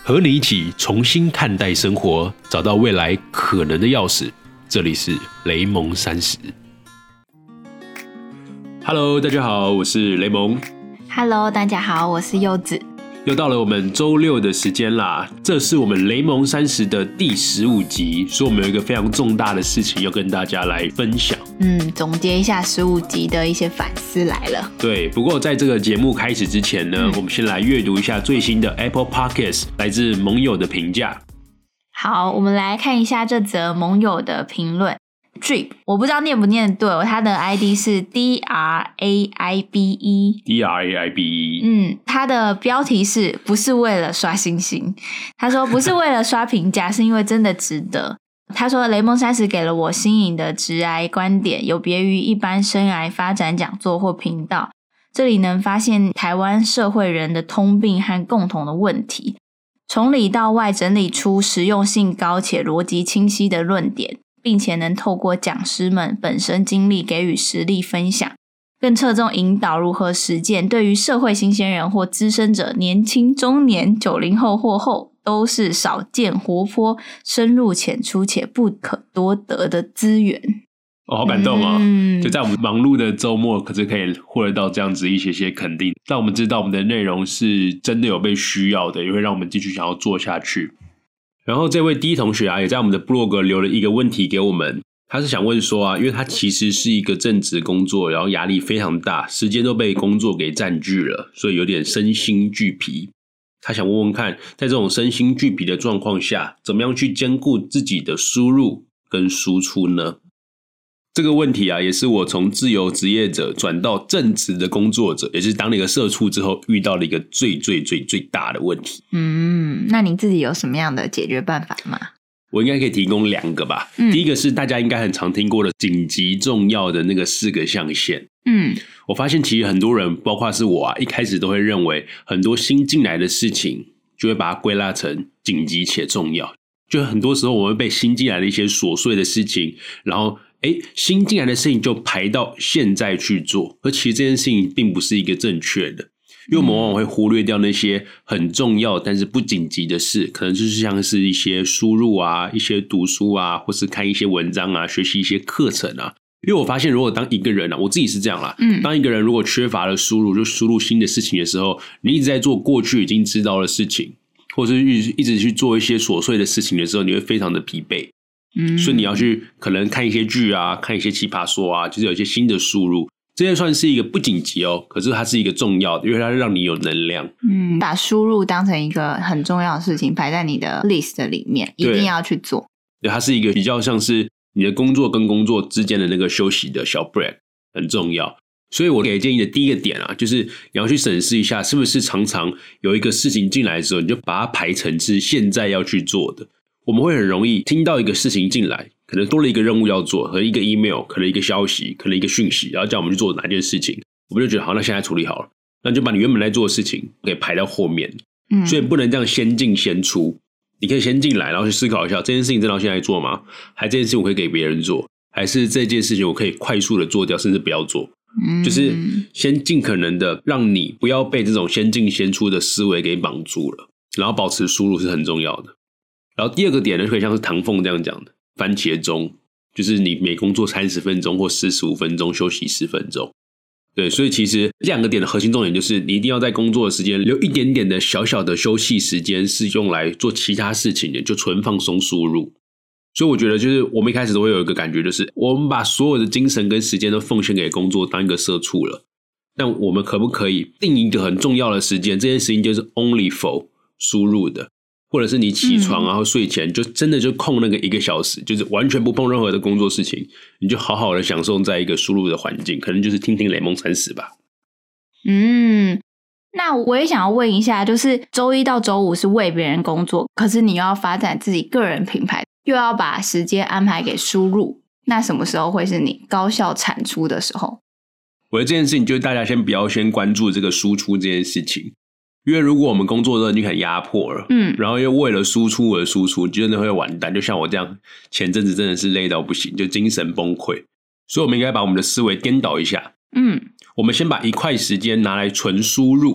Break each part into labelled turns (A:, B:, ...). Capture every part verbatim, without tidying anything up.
A: 和你一起重新看待生活，找到未来可能的钥匙。这里是雷蒙三十。Hello， 大家好，我是雷蒙。
B: Hello， 大家好，我是柚子。
A: 又到了我们周六的时间啦，这是我们雷蒙三十的第十五集，所以我们有一个非常重大的事情要跟大家来分享。
B: 嗯，总结一下十五集的一些反思来了。
A: 对，不过在这个节目开始之前呢，嗯、我们先来阅读一下最新的 Apple Podcast 来自盟友的评价。
B: 好，我们来看一下这则盟友的评论。Drip， 我不知道念不念对哦，他的 I D 是 D R A I B E
A: D R A I B E。
B: 嗯，他的标题是不是为了刷星星？他说不是为了刷评价，是因为真的值得。他说雷蒙三十给了我新颖的职涯观点，有别于一般生涯发展讲座或频道，这里能发现台湾社会人的通病和共同的问题，从里到外整理出实用性高且逻辑清晰的论点，并且能透过讲师们本身经历给予实例分享，更侧重引导如何实践，对于社会新鲜人或资深者、年轻、中年、九零后或后都是少见、活泼、深入浅出且不可多得的资源。
A: 哦，好感动哦、
B: 嗯、
A: 就在我们忙碌的周末，可是可以获得到这样子一些些肯定，让我们知道我们的内容是真的有被需要的，也会让我们继续想要做下去。然后这位第一同学啊，也在我们的 blog 留了一个问题给我们，他是想问说啊，因为他其实是一个正职工作，然后压力非常大，时间都被工作给占据了，所以有点身心俱疲。他想问问看，在这种身心俱疲的状况下，怎么样去兼顾自己的输入跟输出呢？这个问题啊，也是我从自由职业者转到正职的工作者，也是当了一个社畜之后遇到了一个最最最最大的问题。
B: 嗯，那你自己有什么样的解决办法吗？
A: 我应该可以提供两个吧。嗯、第一个是大家应该很常听过的紧急重要的那个四个象限。嗯，我发现其实很多人，包括是我啊，一开始都会认为很多新进来的事情就会把它归纳成紧急且重要。就很多时候我们会被新进来的一些琐碎的事情，然后诶新进来的事情就排到现在去做，而其实这件事情并不是一个正确的。因为我们往往会忽略掉那些很重要但是不紧急的事，可能就是像是一些输入啊，一些读书啊，或是看一些文章啊，学习一些课程啊。因为我发现如果当一个人啊，我自己是这样啦，嗯，当一个人如果缺乏了输入，就输入新的事情的时候，你一直在做过去已经知道的事情，或是一直去做一些琐碎的事情的时候，你会非常的疲惫。嗯，所以你要去可能看一些剧啊，看一些奇葩说啊，就是有一些新的输入。这些算是一个不紧急哦，可是它是一个重要的，因为它让你有能量。
B: 嗯，把输入当成一个很重要的事情排在你的 list 里面，一定要去做。
A: 对，它是一个比较像是你的工作跟工作之间的那个休息的小 break， 很重要。所以我给建议的第一个点啊，就是你要去审视一下，是不是常常有一个事情进来的时候，你就把它排成是现在要去做的。我们会很容易听到一个事情进来，可能多了一个任务要做，可能一个 email， 可能一个消息，可能一个讯息，然后叫我们去做哪件事情，我们就觉得好，那现在处理好了，那就把你原本在做的事情给排到后面。嗯，所以不能这样先进先出，你可以先进来，然后去思考一下这件事情真的要现在做吗？还这件事情我可以给别人做，还是这件事情我可以快速的做掉，甚至不要做？嗯，就是先尽可能的让你不要被这种先进先出的思维给绑住了，然后保持输入是很重要的。然后第二个点呢，就可以像是唐凤这样讲的番茄钟，就是你每工作三十分钟或四十五分钟休息十分钟。对，所以其实两个点的核心重点就是你一定要在工作的时间留一点点的小小的休息时间是用来做其他事情的，就纯放松输入。所以我觉得就是我们一开始都会有一个感觉，就是我们把所有的精神跟时间都奉献给工作当一个社畜了，但我们可不可以定一个很重要的时间，这件事情就是 only for 输入的，或者是你起床然后睡前就真的就空那个一个小时，就是完全不碰任何的工作事情，你就好好的享受在一个输入的环境，可能就是听听雷蒙三十吧。
B: 嗯，那我也想要问一下，就是周一到周五是为别人工作，可是你又要发展自己个人品牌，又要把时间安排给输入，那什么时候会是你高效产出的时候？
A: 我觉得这件事情就是大家先不要先关注这个输出这件事情，因为如果我们工作都已经很压迫了，嗯，然后又为了输出而输出，真的会完蛋。就像我这样，前阵子真的是累到不行，就精神崩溃。所以我们应该把我们的思维颠倒一下，嗯，我们先把一块时间拿来纯输入，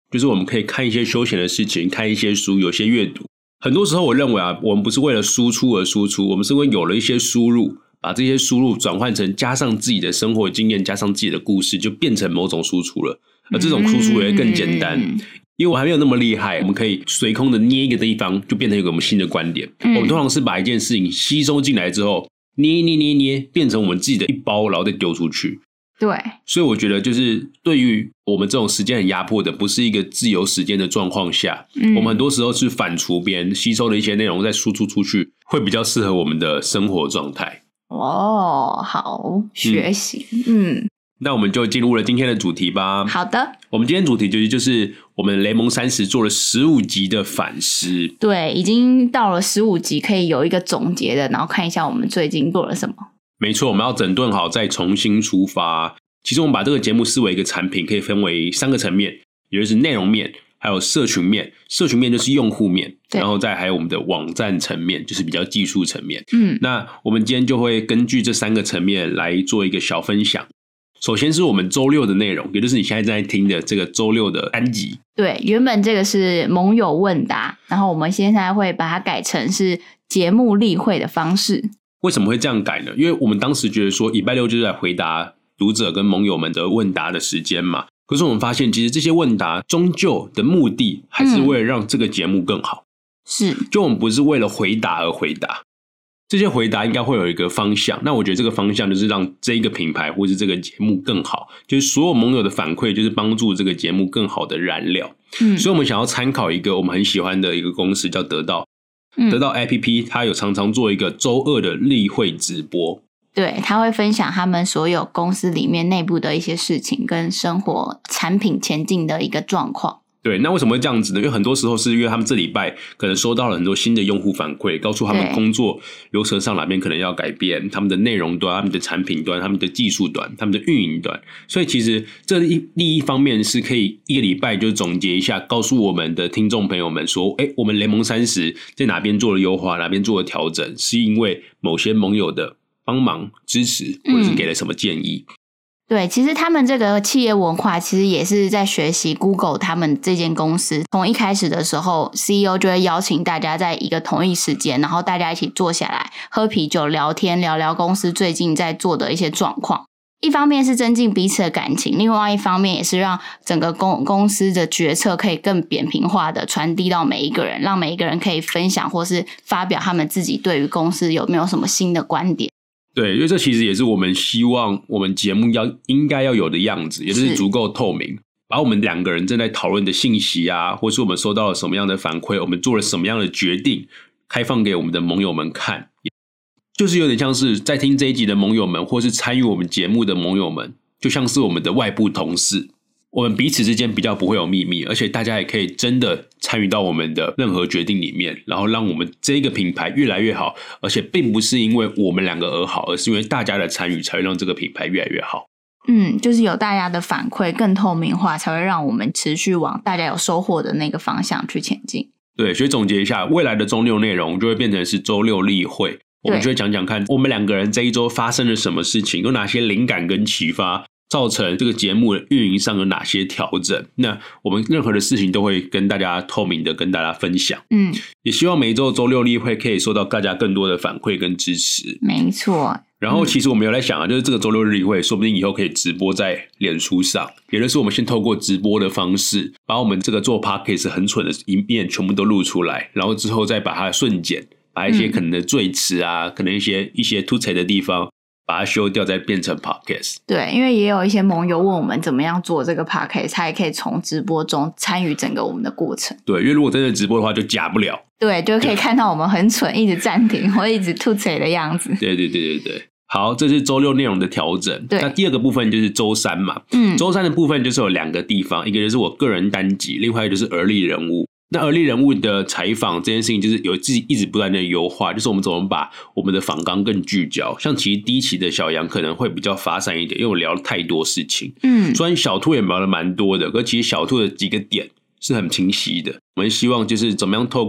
A: 就是我们可以看一些休闲的事情，看一些书，有些阅读。很多时候我认为啊，我们不是为了输出而输出，我们是因为有了一些输入，把这些输入转换成加上自己的生活经验，加上自己的故事，就变成某种输出了。而这种输出也会更简单。嗯，因为我还没有那么厉害，我们可以随空的捏一个地方，就变成一个我们新的观点。嗯，我们通常是把一件事情吸收进来之后，捏捏捏捏，变成我们自己的一包，然后再丢出去。
B: 对，
A: 所以我觉得就是对于我们这种时间很压迫的，不是一个自由时间的状况下，嗯，我们很多时候是反刍别人吸收的一些内容，再输出出去，会比较适合我们的生活状态。
B: 哦，好，学习，嗯。嗯，
A: 那我们就进入了今天的主题吧。
B: 好的，
A: 我们今天主题就是就是我们雷蒙三十做了十五集的反思。
B: 对，已经到了十五集，可以有一个总结的，然后看一下我们最近做了什么。
A: 没错，我们要整顿好再重新出发。其实我们把这个节目视为一个产品，可以分为三个层面，也就是内容面，还有社群面。社群面就是用户面，然后再还有我们的网站层面，就是比较技术层面。嗯，那我们今天就会根据这三个层面来做一个小分享。首先是我们周六的内容，也就是你现在正在听的这个周六的单集。
B: 对，原本这个是盟友问答，然后我们现在会把它改成是节目例会的方式。
A: 为什么会这样改呢？因为我们当时觉得说礼拜六就是来回答读者跟盟友们的问答的时间嘛，可是我们发现其实这些问答终究的目的还是为了让这个节目更好。
B: 嗯，是，
A: 就我们不是为了回答而回答，这些回答应该会有一个方向，那我觉得这个方向就是让这一个品牌或是这个节目更好，就是所有盟友的反馈就是帮助这个节目更好的燃料。嗯，所以我们想要参考一个我们很喜欢的一个公司叫得到。得到 A P P 它有常常做一个周二的例会直播。
B: 对，他会分享他们所有公司里面内部的一些事情跟生活产品前进的一个状况。
A: 对，那为什么会这样子呢？因为很多时候是因为他们这礼拜可能收到了很多新的用户反馈，告诉他们工作流程上哪边可能要改变，他们的内容端、他们的产品端、他们的技术端、他们的运营端。所以其实这一另一方面是可以一个礼拜就总结一下，告诉我们的听众朋友们说，哎，我们雷蒙三十在哪边做了优化，哪边做了调整，是因为某些盟友的帮忙支持，或者是给了什么建议。嗯，
B: 对，其实他们这个企业文化其实也是在学习 Google 他们这间公司。从一开始的时候 C E O 就会邀请大家在一个同一时间，然后大家一起坐下来喝啤酒聊天，聊聊公司最近在做的一些状况。一方面是增进彼此的感情，另外一方面也是让整个公公司的决策可以更扁平化的传递到每一个人，让每一个人可以分享或是发表他们自己对于公司有没有什么新的观点。
A: 对，因为这其实也是我们希望我们节目要应该要有的样子，也就是足够透明，把我们两个人正在讨论的信息啊，或是我们收到了什么样的反馈，我们做了什么样的决定，开放给我们的盟友们看，就是有点像是在听这一集的盟友们，或是参与我们节目的盟友们，就像是我们的外部同事。我们彼此之间比较不会有秘密，而且大家也可以真的参与到我们的任何决定里面，然后让我们这个品牌越来越好，而且并不是因为我们两个而好，而是因为大家的参与才会让这个品牌越来越好。
B: 嗯，就是有大家的反馈更透明化，才会让我们持续往大家有收获的那个方向去前进。
A: 对，所以总结一下，未来的周六内容就会变成是周六例会，我们就会讲讲看我们两个人这一周发生了什么事情，有哪些灵感跟启发，造成这个节目的运营上有哪些调整。那我们任何的事情都会跟大家透明的跟大家分享。嗯，也希望每一周周六例会可以收到大家更多的反馈跟支持。
B: 没错。
A: 然后其实我们有在想啊，就是这个周六例会说不定以后可以直播在脸书上，也就是我们先透过直播的方式把我们这个做 podcast 很蠢的一面全部都录出来，然后之后再把它瞬剪，把一些可能的赘词啊、嗯、可能一些一些突裁的地方把它修掉，再变成 podcast。
B: 对，因为也有一些盟友问我们怎么样做这个 podcast， 他也可以从直播中参与整个我们的过程。
A: 对，因为如果真的直播的话就假不了，
B: 对，就可以看到我们很蠢一直暂停或一直吐槽的样子。
A: 对对对对对。好，这是周六内容的调整。那第二个部分就是周三嘛，嗯，周三的部分就是有两个地方，一个就是我个人单集，另外一个就是而立人物。那而立人物的采访这件事情就是有自己一直不断的优化，就是我们怎么把我们的访纲更聚焦。像其实第一期的小杨可能会比较发散一点，因为我聊了太多事情。嗯，虽然小兔也聊了蛮多的，可其实小兔的几个点是很清晰的。我们希望就是怎么样透过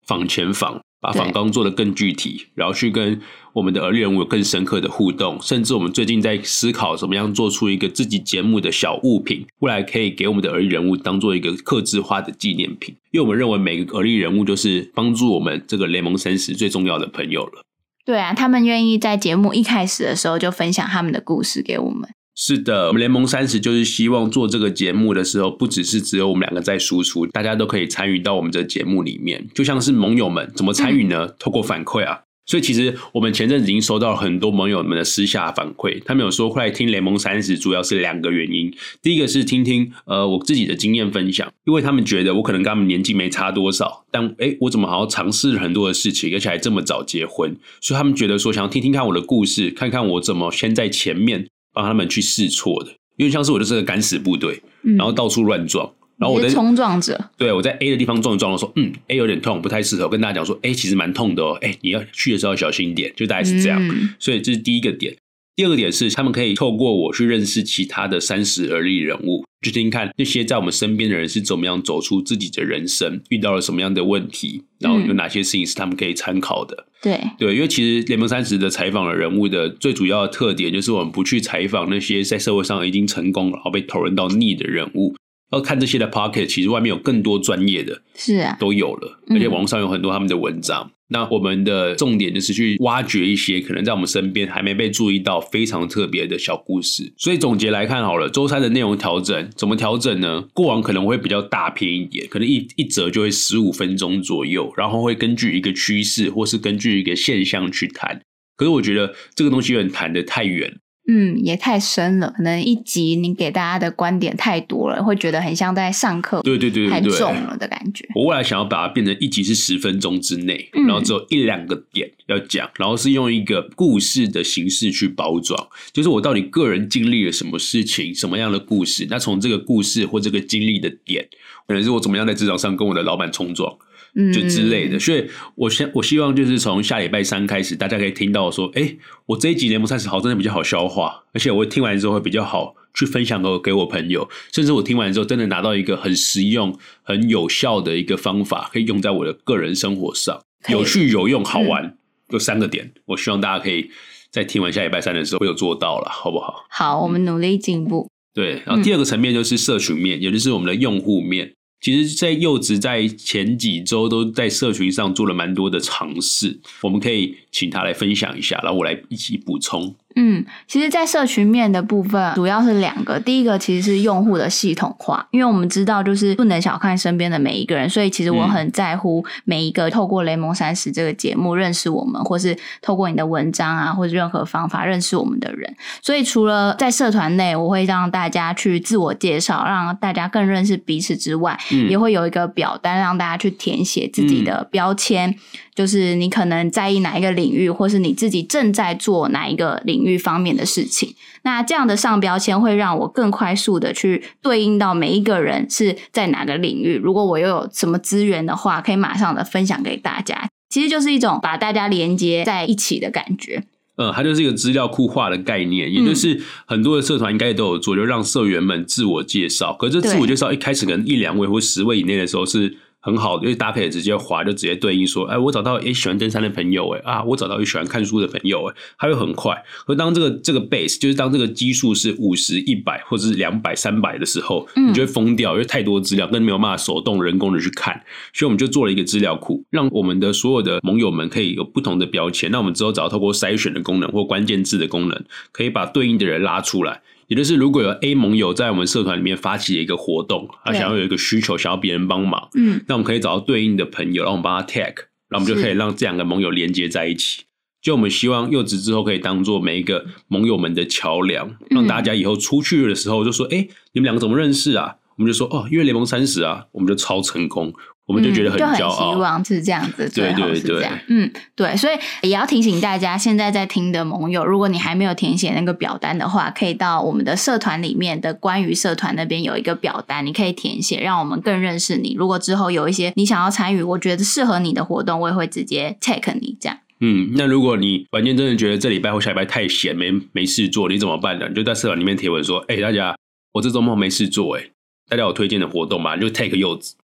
A: 访前访，把访纲做得更具体，然后去跟我们的而立人物有更深刻的互动，甚至我们最近在思考怎么样做出一个自己节目的小物品，未来可以给我们的而立人物当做一个客制化的纪念品，因为我们认为每个而立人物都是帮助我们这个联盟三十最重要的朋友了。
B: 对啊，他们愿意在节目一开始的时候就分享他们的故事给我们。
A: 是的，我们联盟三十就是希望做这个节目的时候，不只是只有我们两个在输出，大家都可以参与到我们这个节目里面。就像是盟友们怎么参与呢？嗯、透过反馈啊。所以其实我们前阵子已经收到了很多盟友们的私下反馈，他们有说会来听联盟三十主要是两个原因。第一个是听听呃我自己的经验分享，因为他们觉得我可能跟他们年纪没差多少，但诶我怎么好像尝试了很多的事情，而且还这么早结婚，所以他们觉得说想要听听看我的故事，看看我怎么先在前面帮他们去试错的，因为像是我就是个敢死部队，然后到处乱撞。然后我在
B: 冲撞者，
A: 对，我在 A 的地方撞一撞的时候，嗯 A 有点痛，不太适合。我跟大家讲说 A 其实蛮痛的哦，哎，你要去的时候要小心一点，就大概是这样。嗯、所以这是第一个点。第二个点是他们可以透过我去认识其他的三十而立人物，去听听看那些在我们身边的人是怎么样走出自己的人生，遇到了什么样的问题，然后有哪些事情是他们可以参考的。
B: 嗯、对
A: 对，因为其实联盟三十的采访的人物的最主要的特点就是我们不去采访那些在社会上已经成功然后被讨论到腻的人物。要看这些的 Pocket， 其实外面有更多专业的，
B: 是啊，
A: 都有了，而且网上有很多他们的文章。嗯、那我们的重点就是去挖掘一些可能在我们身边还没被注意到非常特别的小故事。所以总结来看好了，周三的内容调整怎么调整呢？过往可能会比较大篇一点，可能一一则就会十五分钟左右，然后会根据一个趋势或是根据一个现象去谈。可是我觉得这个东西有点谈得太远。
B: 嗯，也太深了，可能一集你给大家的观点太多了，会觉得很像在上课，
A: 对对对对，
B: 太重了的感觉。
A: 我未来想要把它变成一集是十分钟之内，嗯、然后只有一两个点要讲，然后是用一个故事的形式去包装，就是我到底个人经历了什么事情，什么样的故事，那从这个故事或这个经历的点，可能是我怎么样在职场上跟我的老板冲撞。就之类的，所以我希我希望就是从下礼拜三开始，大家可以听到说，哎，我这一集联盟三十好真的比较好消化，而且我听完之后会比较好去分享给给我朋友，甚至我听完之后真的拿到一个很实用、很有效的一个方法，可以用在我的个人生活上，有趣、有用、好玩，有、嗯、三个点，我希望大家可以在听完下礼拜三的时候会有做到了，好不好？
B: 好，我们努力进步。
A: 对，然后第二个层面就是社群面，嗯、也就是我们的用户面。其实在柚子在前几周都在社群上做了蛮多的尝试，我们可以请他来分享一下，然后我来一起补充。
B: 嗯，其实在社群面的部分主要是两个，第一个其实是用户的系统化，因为我们知道就是不能小看身边的每一个人，所以其实我很在乎每一个透过联盟三十这个节目认识我们，或是透过你的文章啊或者任何方法认识我们的人。所以除了在社团内我会让大家去自我介绍，让大家更认识彼此之外，嗯、也会有一个表单让大家去填写自己的标签，嗯、就是你可能在意哪一个领域，或是你自己正在做哪一个领域方面的事情。那这样的上标签会让我更快速的去对应到每一个人是在哪个领域，如果我又有什么资源的话，可以马上的分享给大家。其实就是一种把大家连接在一起的感觉。
A: 嗯，它就是一个资料库化的概念，也就是很多的社团应该都有做，就让社员们自我介绍。可是这自我介绍一开始可能一两位或十位以内的时候是很好的，因为大家可以直接滑，就直接对应说，哎，我找到诶喜欢登山的朋友，哎啊，我找到喜欢看书的朋友，哎，它会很快。可当这个这个 base 就是当这个基数是五十、一百或者是两百、三百的时候，你就会疯掉，因为太多资料，跟没有办法手动人工的去看。所以我们就做了一个资料库，让我们的所有的盟友们可以有不同的标签。那我们之后只要透过筛选的功能或关键字的功能，可以把对应的人拉出来。也就是如果有 A 盟友在我们社团里面发起了一个活动，他想要有一个需求，想要别人帮忙，嗯，那我们可以找到对应的朋友，然后我们帮他 tag， 然后我们就可以让这两个盟友连接在一起。就我们希望柚子之后可以当做每一个盟友们的桥梁，让大家以后出去的时候就说，哎、欸，你们两个怎么认识啊？我们就说，哦，因为联盟三十啊，我们就超成功。我们就觉得很骄傲，嗯、就很
B: 希望是这样子，
A: 对对对，
B: 嗯，对，所以也要提醒大家，现在在听的盟友，如果你还没有填写那个表单的话，可以到我们的社团里面的关于社团那边有一个表单，你可以填写，让我们更认识你。如果之后有一些你想要参与，我觉得适合你的活动，我也会直接 take 你这样。
A: 嗯，那如果你完全真的觉得这礼拜或下礼拜太闲，没没事做，你怎么办呢？你就在社团里面贴文说，哎、欸，大家，我这周末没事做、欸，哎，大家有推荐的活动吗？你就 take 柚子。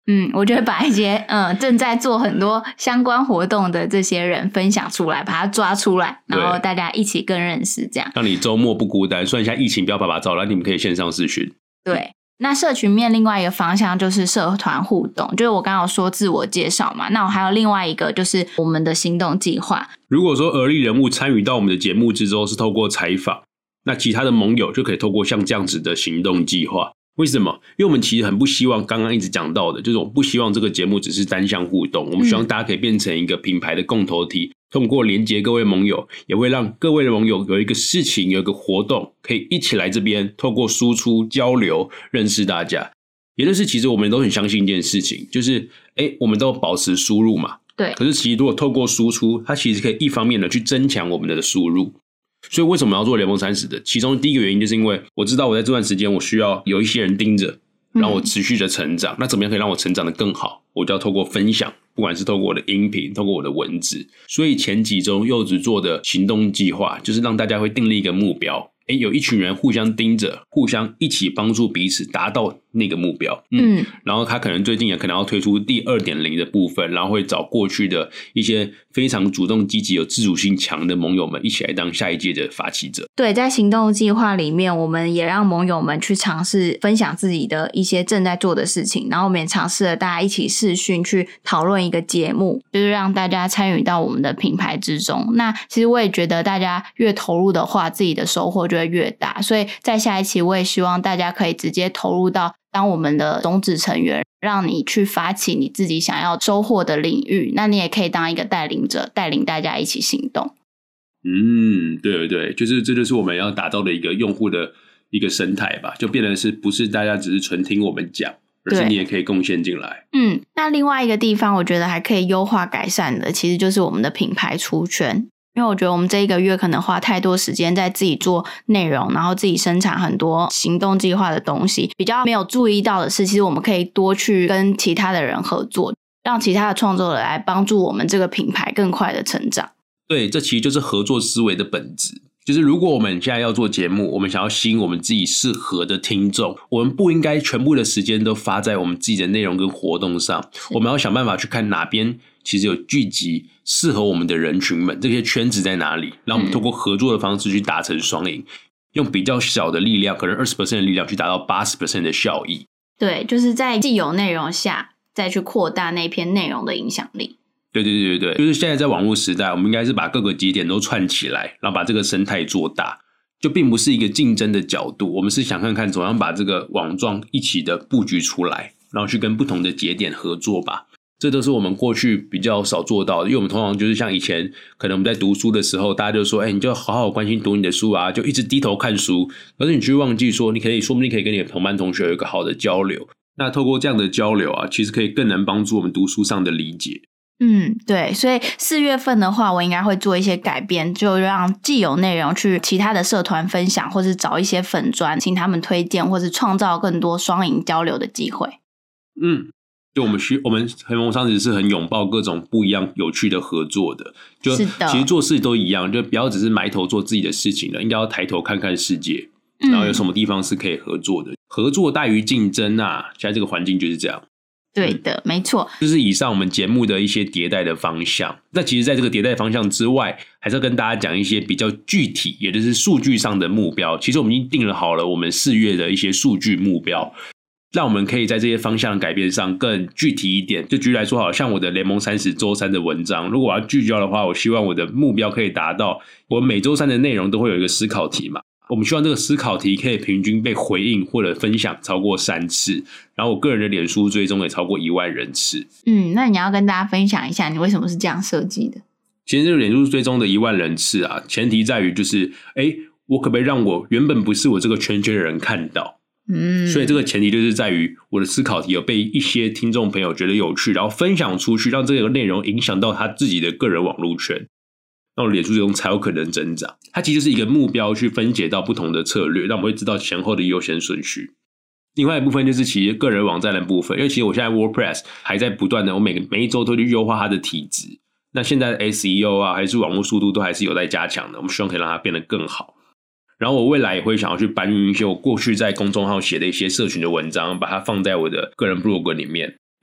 B: 嗯，我就会把一些嗯正在做很多相关活动的这些人分享出来，把它抓出来，然后大家一起更认识，这样
A: 让你周末不孤单。虽然现在疫情不要爸爸找来，你们可以线上视讯。
B: 对，那社群面另外一个方向就是社团互动，就是我刚刚有说自我介绍嘛，那我还有另外一个就是我们的行动计划。
A: 如果说而立人物参与到我们的节目之中是透过采访，那其他的盟友就可以透过像这样子的行动计划。为什么？因为我们其实很不希望刚刚一直讲到的，就是我们不希望这个节目只是单向互动，我们希望大家可以变成一个品牌的共同体，通过连结各位盟友，也会让各位的盟友有一个事情，有一个活动可以一起来这边透过输出交流认识大家。也就是其实我们都很相信一件事情，就是诶我们都保持输入嘛，
B: 对。
A: 可是其实如果透过输出，它其实可以一方面的去增强我们的输入。所以为什么要做联盟三十的？其中第一个原因就是因为我知道我在这段时间我需要有一些人盯着，让我持续的成长。嗯、那怎么样可以让我成长的更好？我就要透过分享，不管是透过我的音频，透过我的文字。所以前几周柚子做的行动计划，就是让大家会订立一个目标。诶有一群人互相盯着，互相一起帮助彼此达到那个目标。嗯，嗯然后他可能最近也可能要推出第 二点零 的部分，然后会找过去的一些非常主动积极有自主性强的盟友们一起来当下一届的发起者。
B: 对，在行动计划里面，我们也让盟友们去尝试分享自己的一些正在做的事情，然后我们也尝试了大家一起视讯去讨论一个节目，就是让大家参与到我们的品牌之中。那其实我也觉得大家越投入的话，自己的收获就会越大，所以在下一期我也希望大家可以直接投入到当我们的种子成员，让你去发起你自己想要收获的领域，那你也可以当一个带领者，带领大家一起行动。
A: 嗯，对对对，就是这就是我们要打造的一个用户的一个生态吧，就变成是不是大家只是纯听我们讲，而是你也可以贡献进来。
B: 嗯，那另外一个地方我觉得还可以优化改善的，其实就是我们的品牌出圈。因为我觉得我们这一个月可能花太多时间在自己做内容，然后自己生产很多行动计划的东西，比较没有注意到的是，其实我们可以多去跟其他的人合作，让其他的创作者来帮助我们这个品牌更快的成长。
A: 对，这其实就是合作思维的本质。就是如果我们现在要做节目，我们想要吸引我们自己适合的听众，我们不应该全部的时间都发在我们自己的内容跟活动上，我们要想办法去看哪边其实有聚集适合我们的人群们，这些圈子在哪里，让我们透过合作的方式去达成双赢，嗯、用比较小的力量，可能 百分之二十 的力量去达到 百分之八十 的效益。
B: 对，就是在既有内容下再去扩大那篇内容的影响力。
A: 对对对对对，就是现在在网络时代，我们应该是把各个节点都串起来，然后把这个生态做大，就并不是一个竞争的角度，我们是想看看怎么样把这个网状一起的布局出来，然后去跟不同的节点合作吧。这都是我们过去比较少做到的，因为我们通常就是像以前可能我们在读书的时候，大家就说，哎、欸，你就好好关心读你的书啊，就一直低头看书，可是你却忘记说，你可以说不定可以跟你的同班同学有一个好的交流。那透过这样的交流啊，其实可以更能帮助我们读书上的理解。
B: 嗯，对，所以四月份的话，我应该会做一些改变，就让既有内容去其他的社团分享，或是找一些粉专，请他们推荐，或是创造更多双赢交流的机会。
A: 嗯。就我们需我们黑盟三十是很拥抱各种不一样有趣的合作的，就其实做事都一样，就不要只是埋头做自己的事情了，应该要抬头看看世界，然后有什么地方是可以合作的，嗯、合作大于竞争啊！现在这个环境就是这样。
B: 对的，嗯、没错，
A: 就是以上我们节目的一些迭代的方向。那其实在这个迭代方向之外，还是要跟大家讲一些比较具体，也就是数据上的目标。其实我们已经定了好了我们四月的一些数据目标，让我们可以在这些方向的改变上更具体一点。就举例来说，好像我的联盟三十周三的文章，如果我要聚焦的话，我希望我的目标可以达到，我每周三的内容都会有一个思考题嘛。我们希望这个思考题可以平均被回应或者分享超过三次，然后我个人的脸书追踪也超过一万人次。
B: 嗯，那你要跟大家分享一下，你为什么是这样设计的？
A: 其实这个脸书追踪的一万人次啊，前提在于就是，哎，我可不可以让我原本不是我这个圈圈的人看到？嗯，所以这个前提就是在于我的思考题有被一些听众朋友觉得有趣，然后分享出去，让这个内容影响到他自己的个人网络圈，那我脸书追踪才有可能增长。它其实就是一个目标去分解到不同的策略，让我们会知道前后的优先顺序。另外一部分就是其实个人网站的部分，因为其实我现在 WordPress 还在不断的，我每个每一周都去优化它的体质。那现在的 S E O 啊，还是网络速度都还是有待加强的，我们希望可以让它变得更好。然后我未来也会想要去搬运一些我过去在公众号写的一些社群的文章，把它放在我的个人 blog 里面。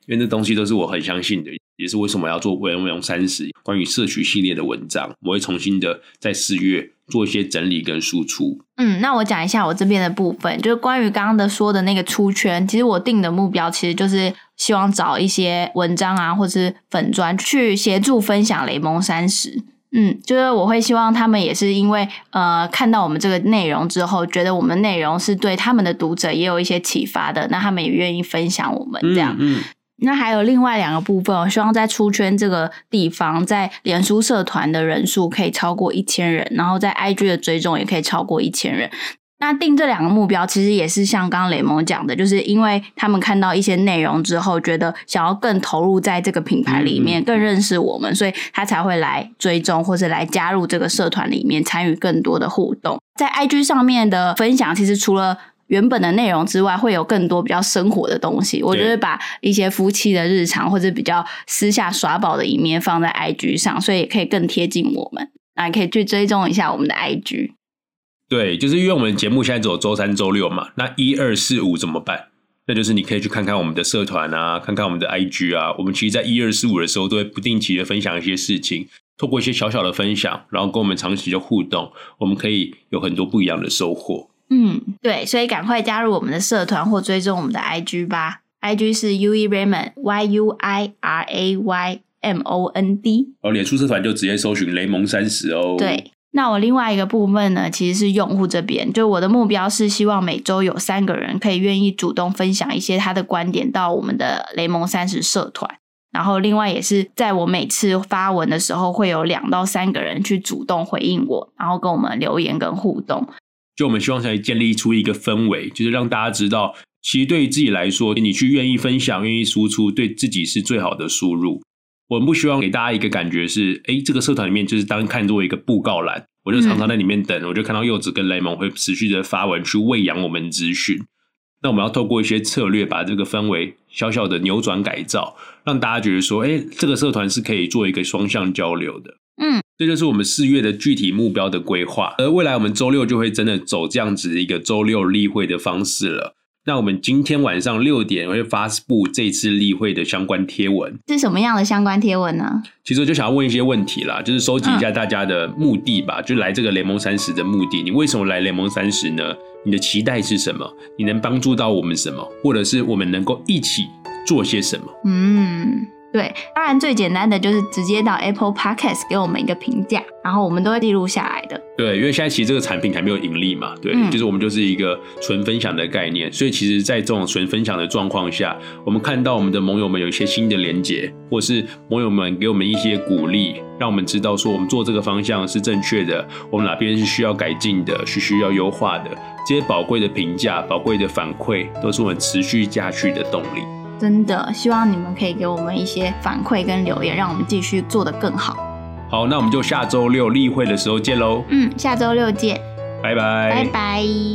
A: 因为这东西都是我很相信的，也是为什么要做雷蒙三十关于社群系列的文章，我会重新的在四月做一些整理跟输出。
B: 嗯，那我讲一下我这边的部分，就是关于刚刚的说的那个出圈，其实我定的目标其实就是希望找一些文章啊或是粉专去协助分享雷蒙三十。嗯，就是我会希望他们也是因为呃看到我们这个内容之后，觉得我们内容是对他们的读者也有一些启发的，那他们也愿意分享我们这样。
A: 嗯嗯，
B: 那还有另外两个部分，我希望在出圈这个地方，在脸书社团的人数可以超过一千人，然后在 I G 的追踪也可以超过一千人。那定这两个目标其实也是像刚刚雷蒙讲的，就是因为他们看到一些内容之后，觉得想要更投入在这个品牌里面，更认识我们，所以他才会来追踪或是来加入这个社团里面，参与更多的互动。在 I G 上面的分享，其实除了原本的内容之外，会有更多比较生活的东西。我就是把一些夫妻的日常或者比较私下耍宝的一面放在 I G 上，所以也可以更贴近我们。那可以去追踪一下我们的 I G。
A: 对，就是因为我们节目现在只有周三周六嘛，那一二四五怎么办？那就是你可以去看看我们的社团啊，看看我们的 I G 啊，我们其实在一二四五的时候都会不定期的分享一些事情，透过一些小小的分享，然后跟我们长期的互动，我们可以有很多不一样的收获。
B: 嗯，对，所以赶快加入我们的社团或追踪我们的 I G 吧。I G 是 Yui Raymond Y U I R A Y M O N D。
A: 然后脸书社团就直接搜寻雷蒙三十哦。
B: 对。那我另外一个部分呢，其实是用户这边，就我的目标是希望每周有三个人可以愿意主动分享一些他的观点到我们的雷蒙三十社团，然后另外也是在我每次发文的时候会有两到三个人去主动回应我，然后跟我们留言跟互动。
A: 就我们希望可以建立出一个氛围，就是让大家知道其实对于自己来说，你去愿意分享愿意输出对自己是最好的输入。我们不希望给大家一个感觉是诶这个社团里面就是当看作一个布告栏，我就常常在里面等、嗯、我就看到柚子跟雷蒙会持续的发文去喂养我们资讯。那我们要透过一些策略把这个氛围小小的扭转改造，让大家觉得说诶这个社团是可以做一个双向交流的。
B: 嗯，
A: 这就是我们四月的具体目标的规划，而未来我们周六就会真的走这样子一个周六例会的方式了。那我们今天晚上六点会发布这次例会的相关贴文。
B: 是什么样的相关贴文呢？
A: 其实我就想要问一些问题啦，就是收集一下大家的目的吧、嗯、就来这个雷蒙三十的目的，你为什么来雷蒙三十呢？你的期待是什么？你能帮助到我们什么？或者是我们能够一起做些什么？
B: 嗯，对，当然最简单的就是直接到 Apple Podcast 给我们一个评价，然后我们都会记录下来的。
A: 对，因为现在其实这个产品还没有盈利嘛，对、嗯、就是我们就是一个纯分享的概念，所以其实在这种纯分享的状况下，我们看到我们的盟友们有一些新的连结，或是盟友们给我们一些鼓励，让我们知道说我们做这个方向是正确的，我们哪边是需要改进的，是需要优化的，这些宝贵的评价宝贵的反馈都是我们持续下去的动力。
B: 真的希望你们可以给我们一些反馈跟留言，让我们继续做得更好。
A: 好，那我们就下周六例会的时候见咯。
B: 嗯，下周六见，
A: 拜拜，
B: 拜拜。